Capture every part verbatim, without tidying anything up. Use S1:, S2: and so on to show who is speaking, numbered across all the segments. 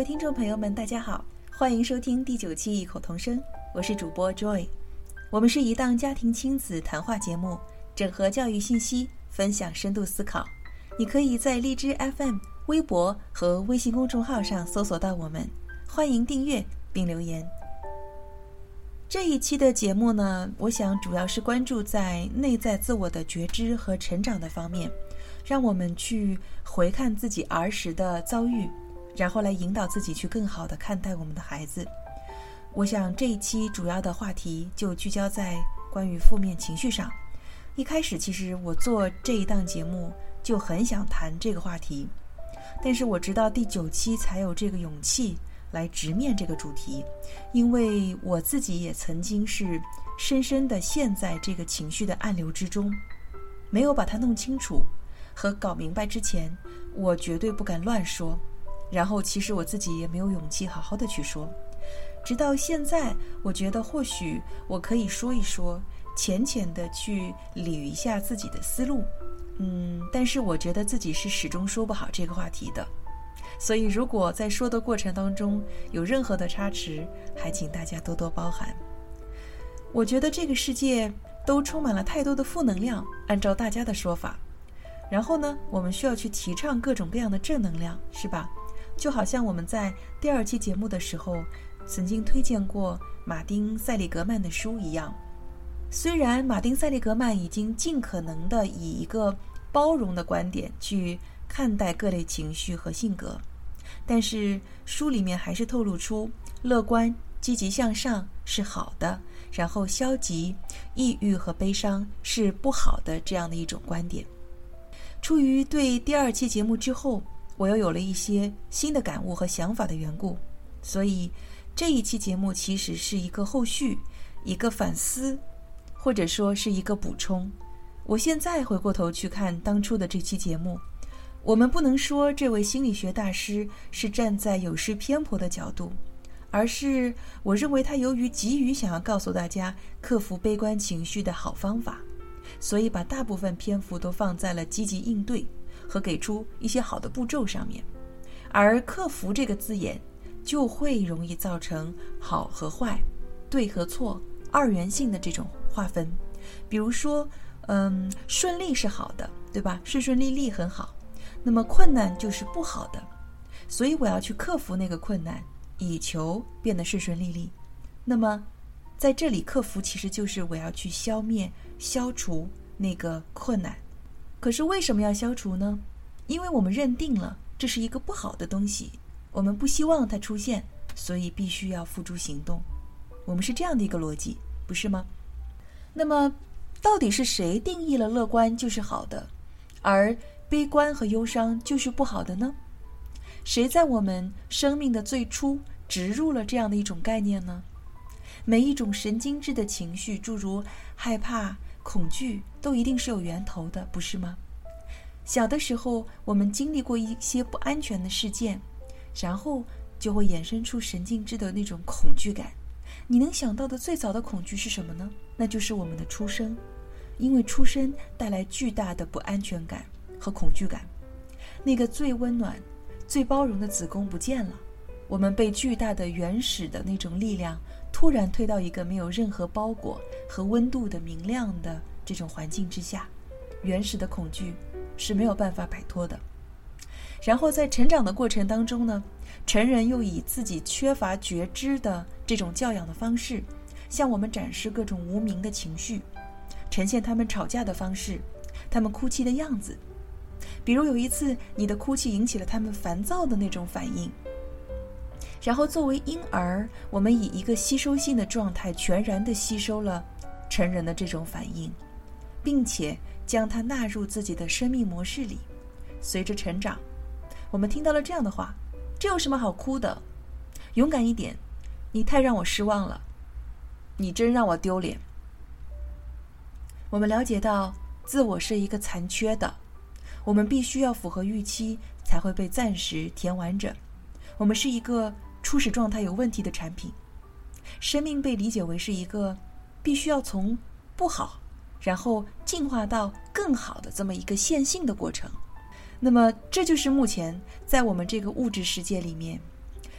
S1: 位听众朋友们，大家好，欢迎收听第九期异口同声，我是主播 Joy。 我们是一档家庭亲子谈话节目，整合教育信息，分享深度思考。你可以在荔枝 F M、 微博和微信公众号上搜索到我们，欢迎订阅并留言。这一期的节目呢，我想主要是关注在内在自我的觉知和成长的方面，让我们去回看自己儿时的遭遇，然后来引导自己去更好地看待我们的孩子。我想这一期主要的话题就聚焦在关于负面情绪上。一开始其实我做这一档节目就很想谈这个话题，但是我直到第九期才有这个勇气来直面这个主题，因为我自己也曾经是深深地陷在这个情绪的暗流之中，没有把它弄清楚和搞明白之前，我绝对不敢乱说，然后其实我自己也没有勇气好好的去说。直到现在，我觉得或许我可以说一说，浅浅的去捋一下自己的思路，嗯，但是我觉得自己是始终说不好这个话题的，所以如果在说的过程当中有任何的差池，还请大家多多包涵。我觉得这个世界都充满了太多的负能量，按照大家的说法，然后呢，我们需要去提倡各种各样的正能量，是吧？就好像我们在第二期节目的时候曾经推荐过马丁·塞利格曼的书一样，虽然马丁·塞利格曼已经尽可能的以一个包容的观点去看待各类情绪和性格，但是书里面还是透露出乐观、积极向上是好的，然后消极、抑郁和悲伤是不好的这样的一种观点。出于对第二期节目之后我又有了一些新的感悟和想法的缘故，所以这一期节目其实是一个后续，一个反思，或者说是一个补充。我现在回过头去看当初的这期节目，我们不能说这位心理学大师是站在有失偏颇的角度，而是我认为他由于急于想要告诉大家克服悲观情绪的好方法，所以把大部分篇幅都放在了积极应对和给出一些好的步骤上面，而克服这个字眼就会容易造成好和坏、对和错、二元性的这种划分。比如说嗯，顺利是好的，对吧？顺顺利利很好，那么困难就是不好的，所以我要去克服那个困难，以求变得顺顺利利。那么在这里克服其实就是我要去消灭、消除那个困难。可是为什么要消除呢？因为我们认定了这是一个不好的东西，我们不希望它出现，所以必须要付诸行动。我们是这样的一个逻辑，不是吗？那么到底是谁定义了乐观就是好的，而悲观和忧伤就是不好的呢？谁在我们生命的最初植入了这样的一种概念呢？每一种神经质的情绪，诸如害怕、恐惧，都一定是有源头的，不是吗？小的时候我们经历过一些不安全的事件，然后就会衍生出神经质的那种恐惧感。你能想到的最早的恐惧是什么呢？那就是我们的出生，因为出生带来巨大的不安全感和恐惧感。那个最温暖、最包容的子宫不见了，我们被巨大的原始的那种力量突然推到一个没有任何包裹和温度的明亮的这种环境之下，原始的恐惧是没有办法摆脱的。然后在成长的过程当中呢，成人又以自己缺乏觉知的这种教养的方式，向我们展示各种无名的情绪，呈现他们吵架的方式，他们哭泣的样子。比如有一次你的哭泣引起了他们烦躁的那种反应，然后作为婴儿，我们以一个吸收性的状态全然地吸收了成人的这种反应，并且将它纳入自己的生命模式里。随着成长，我们听到了这样的话：这有什么好哭的？勇敢一点，你太让我失望了，你真让我丢脸。我们了解到自我是一个残缺的，我们必须要符合预期才会被暂时填完整。我们是一个初始状态有问题的产品，生命被理解为是一个必须要从不好然后进化到更好的这么一个线性的过程。那么这就是目前在我们这个物质世界里面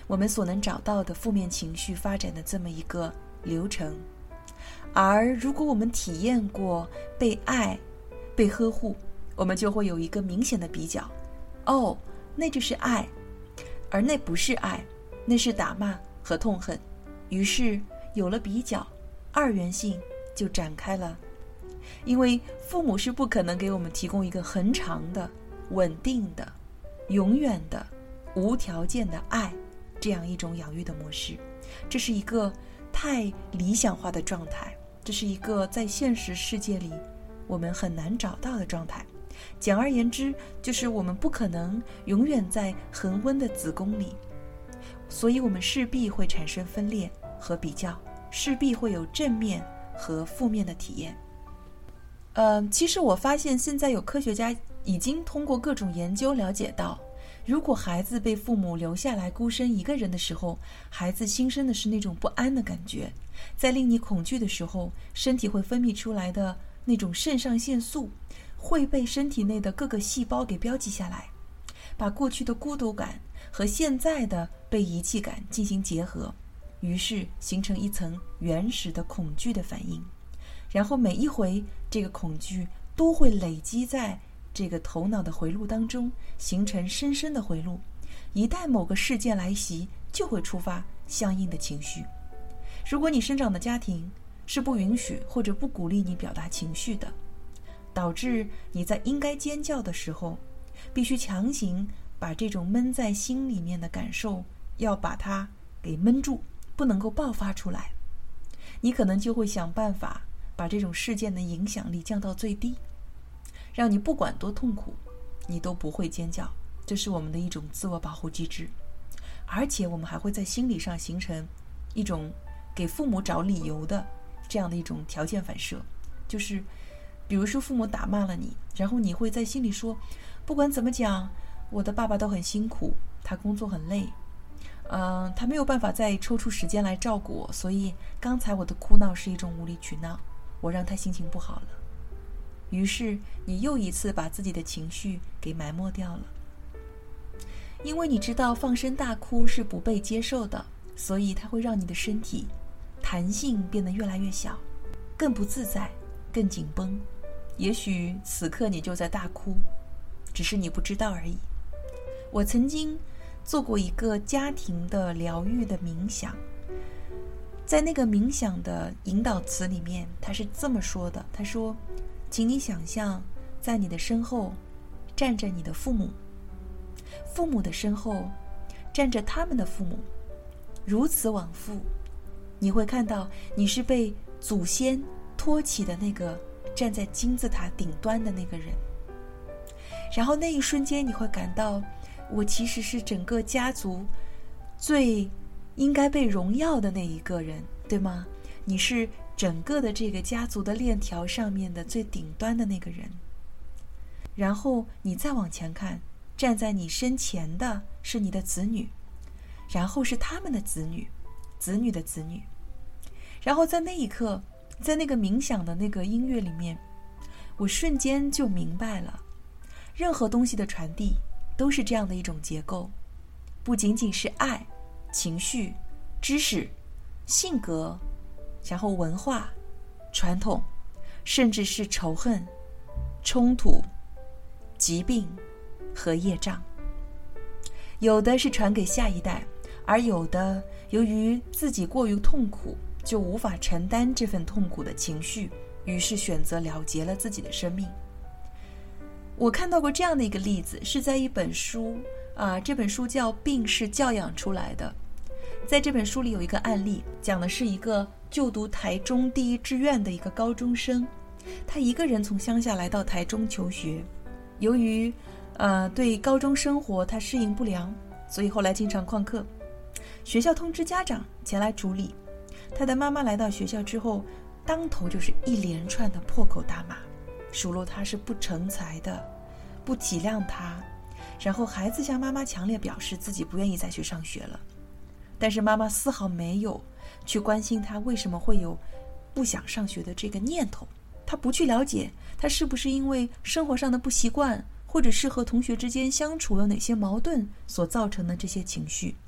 S1: 我们所能找到的负面情绪发展的这么一个流程。而如果我们体验过被爱、被呵护，我们就会有一个明显的比较，哦，那就是爱，而那不是爱，那是打骂和痛恨。于是有了比较，二元性就展开了。因为父母是不可能给我们提供一个恒长的、稳定的、永远的、无条件的爱，这样一种养育的模式。这是一个太理想化的状态，这是一个在现实世界里我们很难找到的状态。简而言之，就是我们不可能永远在恒温的子宫里，所以我们势必会产生分裂和比较，势必会有正面和负面的体验。呃，其实我发现现在有科学家已经通过各种研究了解到，如果孩子被父母留下来孤身一个人的时候，孩子心生的是那种不安的感觉，在令你恐惧的时候，身体会分泌出来的那种肾上腺素会被身体内的各个细胞给标记下来，把过去的孤独感和现在的被遗弃感进行结合，于是形成一层原始的恐惧的反应。然后每一回这个恐惧都会累积在这个头脑的回路当中，形成深深的回路，一旦某个事件来袭，就会触发相应的情绪。如果你生长的家庭是不允许或者不鼓励你表达情绪的，导致你在应该尖叫的时候，必须强行把这种闷在心里面的感受要把它给闷住，不能够爆发出来，你可能就会想办法把这种事件的影响力降到最低，让你不管多痛苦你都不会尖叫。这是我们的一种自我保护机制。而且我们还会在心理上形成一种给父母找理由的这样的一种条件反射，就是比如说父母打骂了你，然后你会在心里说，不管怎么讲，我的爸爸都很辛苦，他工作很累，嗯、呃，他没有办法再抽出时间来照顾我，所以刚才我的哭闹是一种无理取闹，我让他心情不好了。于是你又一次把自己的情绪给埋没掉了。因为你知道放声大哭是不被接受的，所以它会让你的身体弹性变得越来越小，更不自在，更紧绷。也许此刻你就在大哭，只是你不知道而已。我曾经做过一个家庭的疗愈的冥想，在那个冥想的引导词里面，他是这么说的，他说，请你想象在你的身后站着你的父母，父母的身后站着他们的父母，如此往复，你会看到你是被祖先托起的那个站在金字塔顶端的那个人。然后那一瞬间你会感到，我其实是整个家族最应该被荣耀的那一个人，对吗？你是整个的这个家族的链条上面的最顶端的那个人。然后你再往前看，站在你身前的是你的子女，然后是他们的子女，子女的子女。然后在那一刻，在那个冥想的那个音乐里面，我瞬间就明白了，任何东西的传递都是这样的一种结构，不仅仅是爱、情绪、知识、性格，然后文化、传统，甚至是仇恨、冲突、疾病和业障。有的是传给下一代，而有的由于自己过于痛苦，就无法承担这份痛苦的情绪，于是选择了结了自己的生命。我看到过这样的一个例子，是在一本书啊，这本书叫《病是教养出来的》。在这本书里有一个案例，讲的是一个就读台中第一志愿的一个高中生，他一个人从乡下来到台中求学，由于呃对高中生活他适应不良，所以后来经常旷课。学校通知家长前来处理，他的妈妈来到学校之后，当头就是一连串的破口大骂，数落他是不成才的，不体谅他。然后孩子向妈妈强烈表示自己不愿意再去上学了，但是妈妈丝毫没有去关心他为什么会有不想上学的这个念头，他不去了解他是不是因为生活上的不习惯，或者是和同学之间相处有哪些矛盾所造成的这些情绪。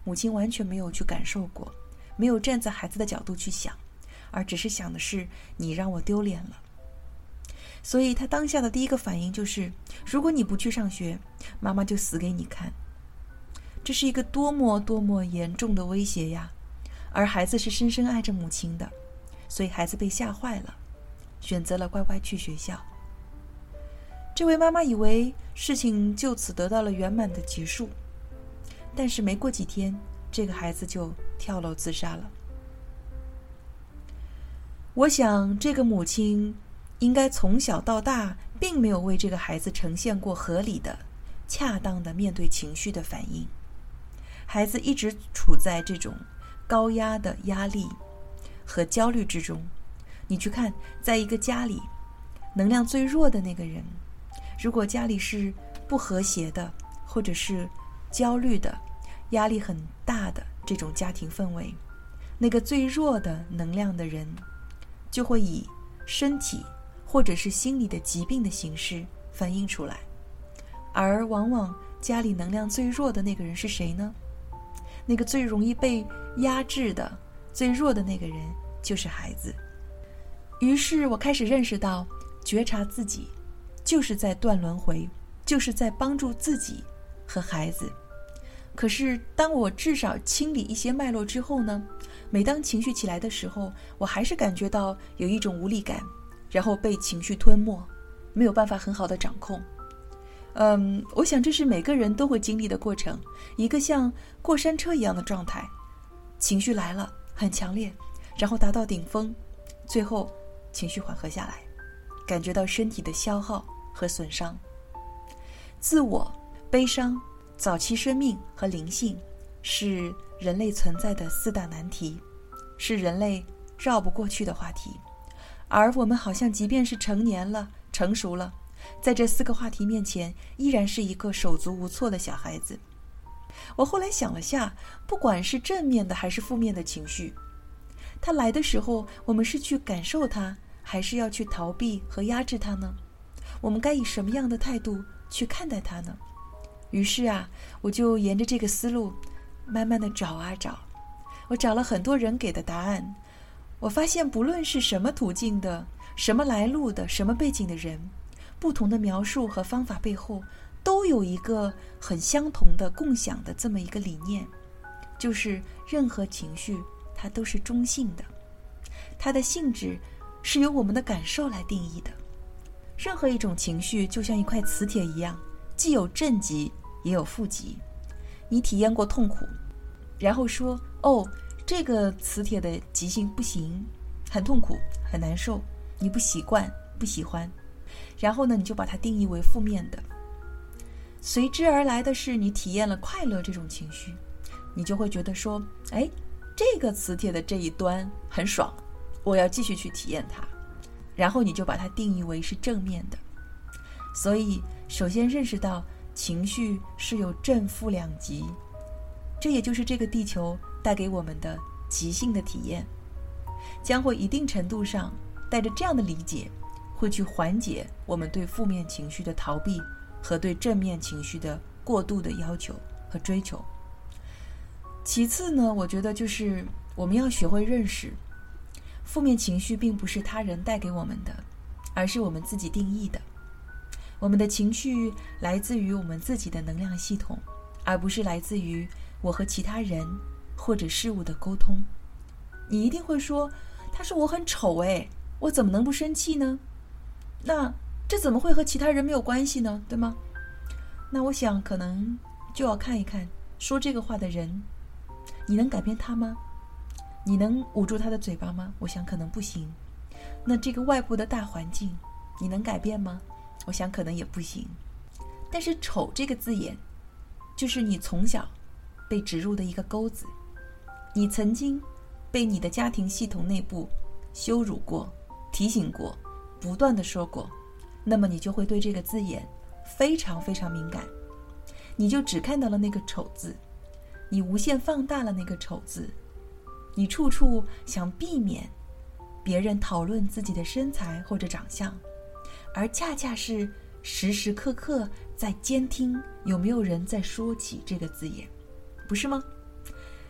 S1: 母亲完全没有去感受过，没有站在孩子的角度去想，而只是想的是你让我丢脸了。所以他当下的第一个反应就是，如果你不去上学，妈妈就死给你看。这是一个多么多么严重的威胁呀！而孩子是深深爱着母亲的，所以孩子被吓坏了，选择了乖乖去学校。这位妈妈以为事情就此得到了圆满的结束，但是没过几天，这个孩子就跳楼自杀了。我想这个母亲应该从小到大并没有为这个孩子呈现过合理的、恰当的面对情绪的反应。孩子一直处在这种高压的压力和焦虑之中。你去看，在一个家里，能量最弱的那个人，如果家里是不和谐的，或者是焦虑的、压力很大的这种家庭氛围，那个最弱的能量的人就会以身体或者是心理的疾病的形式反映出来。而往往家里能量最弱的那个人是谁呢？那个最容易被压制的、最弱的那个人就是孩子。于是我开始认识到，觉察自己就是在断轮回，就是在帮助自己和孩子。可是当我至少清理一些脉络之后呢，每当情绪起来的时候，我还是感觉到有一种无力感，然后被情绪吞没，没有办法很好的掌控。嗯，我想这是每个人都会经历的过程，一个像过山车一样的状态。情绪来了，很强烈，然后达到顶峰，最后情绪缓和下来，感觉到身体的消耗和损伤。自我、悲伤、早期生命和灵性是人类存在的四大难题，是人类绕不过去的话题。而我们好像即便是成年了、成熟了，在这四个话题面前依然是一个手足无措的小孩子。我后来想了下，不管是正面的还是负面的情绪，它来的时候，我们是去感受它，还是要去逃避和压制它呢？我们该以什么样的态度去看待它呢？于是啊，我就沿着这个思路慢慢的找啊找，我找了很多人给的答案。我发现不论是什么途径的、什么来路的、什么背景的人，不同的描述和方法背后都有一个很相同的共享的这么一个理念，就是任何情绪它都是中性的，它的性质是由我们的感受来定义的。任何一种情绪就像一块磁铁一样，既有正极也有负极。你体验过痛苦，然后说哦，这个磁铁的极性不行，很痛苦很难受，你不习惯不喜欢，然后呢你就把它定义为负面的。随之而来的是你体验了快乐这种情绪，你就会觉得说，哎，这个磁铁的这一端很爽，我要继续去体验它，然后你就把它定义为是正面的。所以首先认识到情绪是有正负两极，这也就是这个地球带给我们的极性的体验，将会一定程度上带着这样的理解，会去缓解我们对负面情绪的逃避和对正面情绪的过度的要求和追求。其次呢，我觉得就是我们要学会认识，负面情绪并不是他人带给我们的，而是我们自己定义的。我们的情绪来自于我们自己的能量系统，而不是来自于我和其他人或者事物的沟通。你一定会说，他说我很丑诶，我怎么能不生气呢？那这怎么会和其他人没有关系呢？对吗？那我想可能就要看一看说这个话的人，你能改变他吗？你能捂住他的嘴巴吗？我想可能不行。那这个外部的大环境你能改变吗？我想可能也不行。但是丑这个字眼就是你从小被植入的一个钩子，你曾经被你的家庭系统内部羞辱过、提醒过、不断的说过，那么你就会对这个字眼非常非常敏感，你就只看到了那个丑字，你无限放大了那个丑字，你处处想避免别人讨论自己的身材或者长相，而恰恰是时时刻刻在监听有没有人在说起这个字眼，不是吗？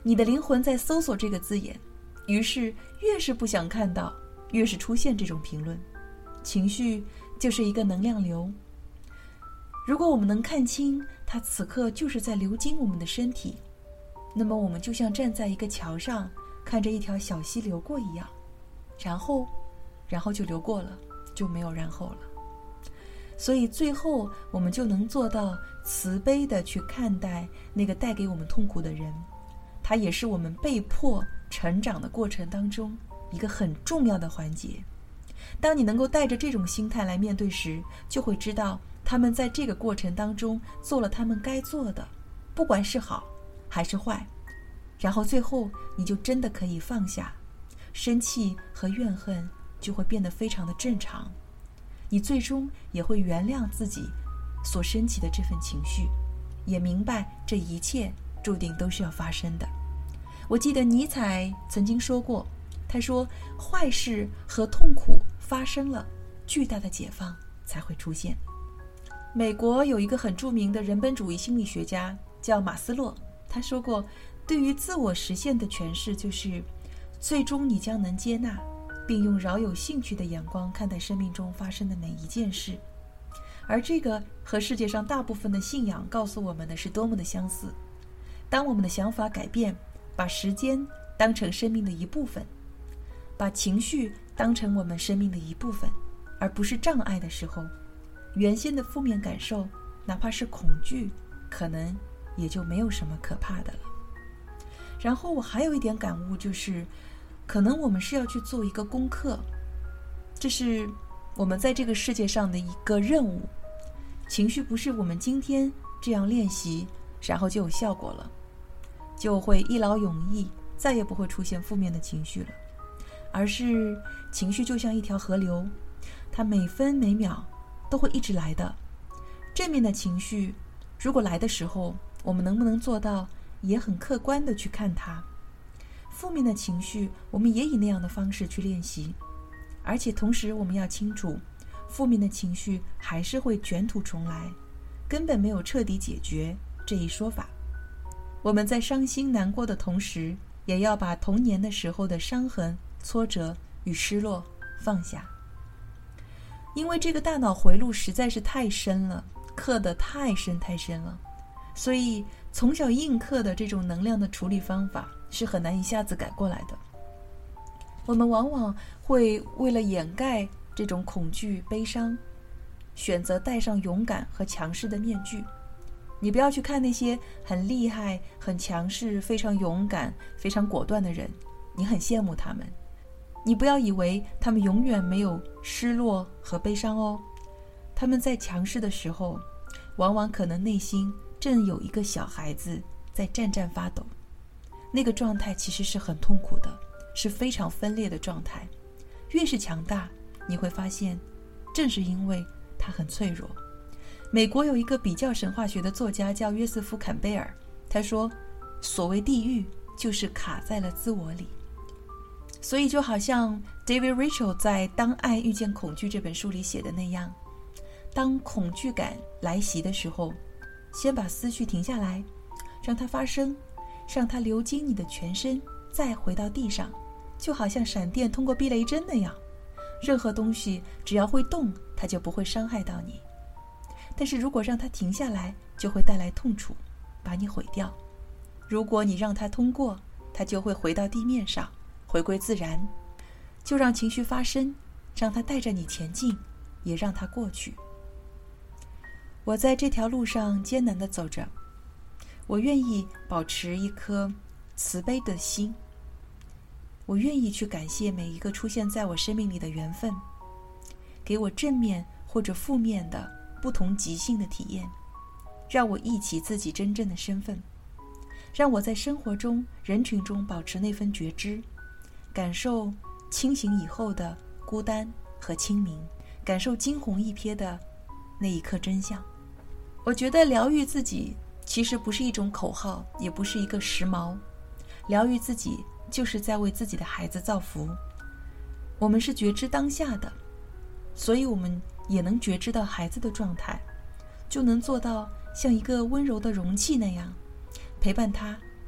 S1: 你的灵魂在搜索这个字眼，于是越是不想看到，越是出现这种评论。情绪就是一个能量流，如果我们能看清它此刻就是在流经我们的身体，那么我们就像站在一个桥上，看着一条小溪流过一样，然后然后就流过了，就没有然后了。所以最后我们就能做到慈悲地去看待那个带给我们痛苦的人，它也是我们被迫成长的过程当中一个很重要的环节。当你能够带着这种心态来面对时，就会知道他们在这个过程当中做了他们该做的，不管是好还是坏，然后最后你就真的可以放下，生气和怨恨就会变得非常的正常，你最终也会原谅自己所升起的这份情绪，也明白这一切注定都是要发生的。我记得尼采曾经说过，他说坏事和痛苦发生了，巨大的解放才会出现。美国有一个很著名的人本主义心理学家叫马斯洛，他说过，对于自我实现的诠释就是最终你将能接纳并用饶有兴趣的眼光看待生命中发生的每一件事。而这个和世界上大部分的信仰告诉我们的是多么的相似。当我们的想法改变，把时间当成生命的一部分，把情绪当成我们生命的一部分，而不是障碍的时候，原先的负面感受，哪怕是恐惧，可能也就没有什么可怕的了。然后我还有一点感悟，就是可能我们是要去做一个功课，这是我们在这个世界上的一个任务。情绪不是我们今天这样练习然后就有效果了，就会一劳永逸，再也不会出现负面的情绪了，而是情绪就像一条河流，它每分每秒都会一直来的。正面的情绪如果来的时候，我们能不能做到也很客观地去看它？负面的情绪我们也以那样的方式去练习，而且同时我们要清楚，负面的情绪还是会卷土重来，根本没有彻底解决这一说法。我们在伤心难过的同时，也要把童年的时候的伤痕、挫折与失落放下，因为这个大脑回路实在是太深了，刻得太深太深了，所以从小印刻的这种能量的处理方法是很难一下子改过来的。我们往往会为了掩盖这种恐惧、悲伤，选择戴上勇敢和强势的面具。你不要去看那些很厉害、很强势、非常勇敢、非常果断的人，你很羡慕他们。你不要以为他们永远没有失落和悲伤哦，他们在强势的时候，往往可能内心正有一个小孩子在战战发抖，那个状态其实是很痛苦的，是非常分裂的状态。越是强大，你会发现正是因为它很脆弱。美国有一个比较神话学的作家叫约瑟夫·坎贝尔，他说所谓地狱就是卡在了自我里。所以就好像 David Rachel 在《当爱遇见恐惧》这本书里写的那样，当恐惧感来袭的时候，先把思绪停下来，让它发生，让它流经你的全身，再回到地上，就好像闪电通过避雷针那样，任何东西只要会动，它就不会伤害到你。但是如果让它停下来，就会带来痛楚，把你毁掉。如果你让它通过，它就会回到地面上，回归自然。就让情绪发生，让它带着你前进，也让它过去。我在这条路上艰难地走着，我愿意保持一颗慈悲的心，我愿意去感谢每一个出现在我生命里的缘分，给我正面或者负面的不同极性的体验，让我忆起自己真正的身份，让我在生活中、人群中保持那份觉知，感受清醒以后的孤单和清明，感受惊鸿一瞥的那一刻真相。我觉得疗愈自己其实不是一种口号，也不是一个时髦，疗愈自己就是在为自己的孩子造福。我们是觉知当下的，所以我们也能觉知到孩子的状态，就能做到像一个温柔的容器那样陪伴他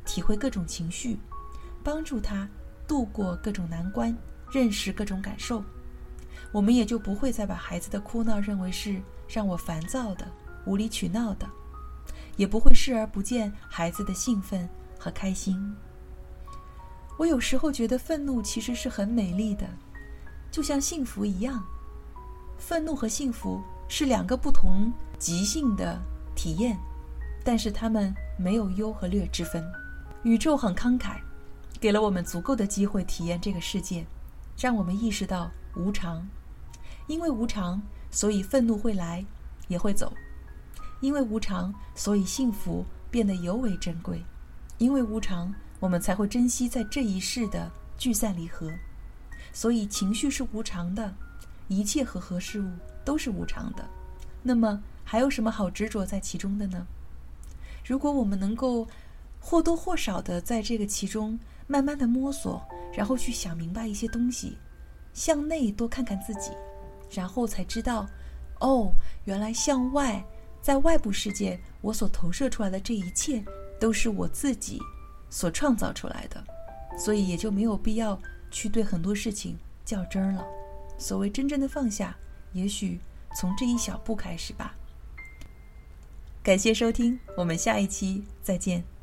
S1: 体会各种情绪，帮助他度过各种难关，认识各种感受。我们也就不会再把孩子的哭闹认为是让我烦躁的、无理取闹的，也不会视而不见孩子的兴奋和开心。我有时候觉得愤怒其实是很美丽的，就像幸福一样。愤怒和幸福是两个不同极性的体验，但是它们没有优和劣之分。宇宙很慷慨，给了我们足够的机会体验这个世界，让我们意识到无常。因为无常，所以愤怒会来，也会走。因为无常，所以幸福变得尤为珍贵。因为无常，我们才会珍惜在这一世的聚散离合。所以情绪是无常的，一切和合事物都是无常的。那么还有什么好执着在其中的呢？如果我们能够或多或少的在这个其中慢慢的摸索，然后去想明白一些东西，向内多看看自己，然后才知道，哦，原来向外，在外部世界我所投射出来的这一切都是我自己所创造出来的，所以也就没有必要去对很多事情较真了。所谓真正的放下，也许从这一小步开始吧。感谢收听，我们下一期再见。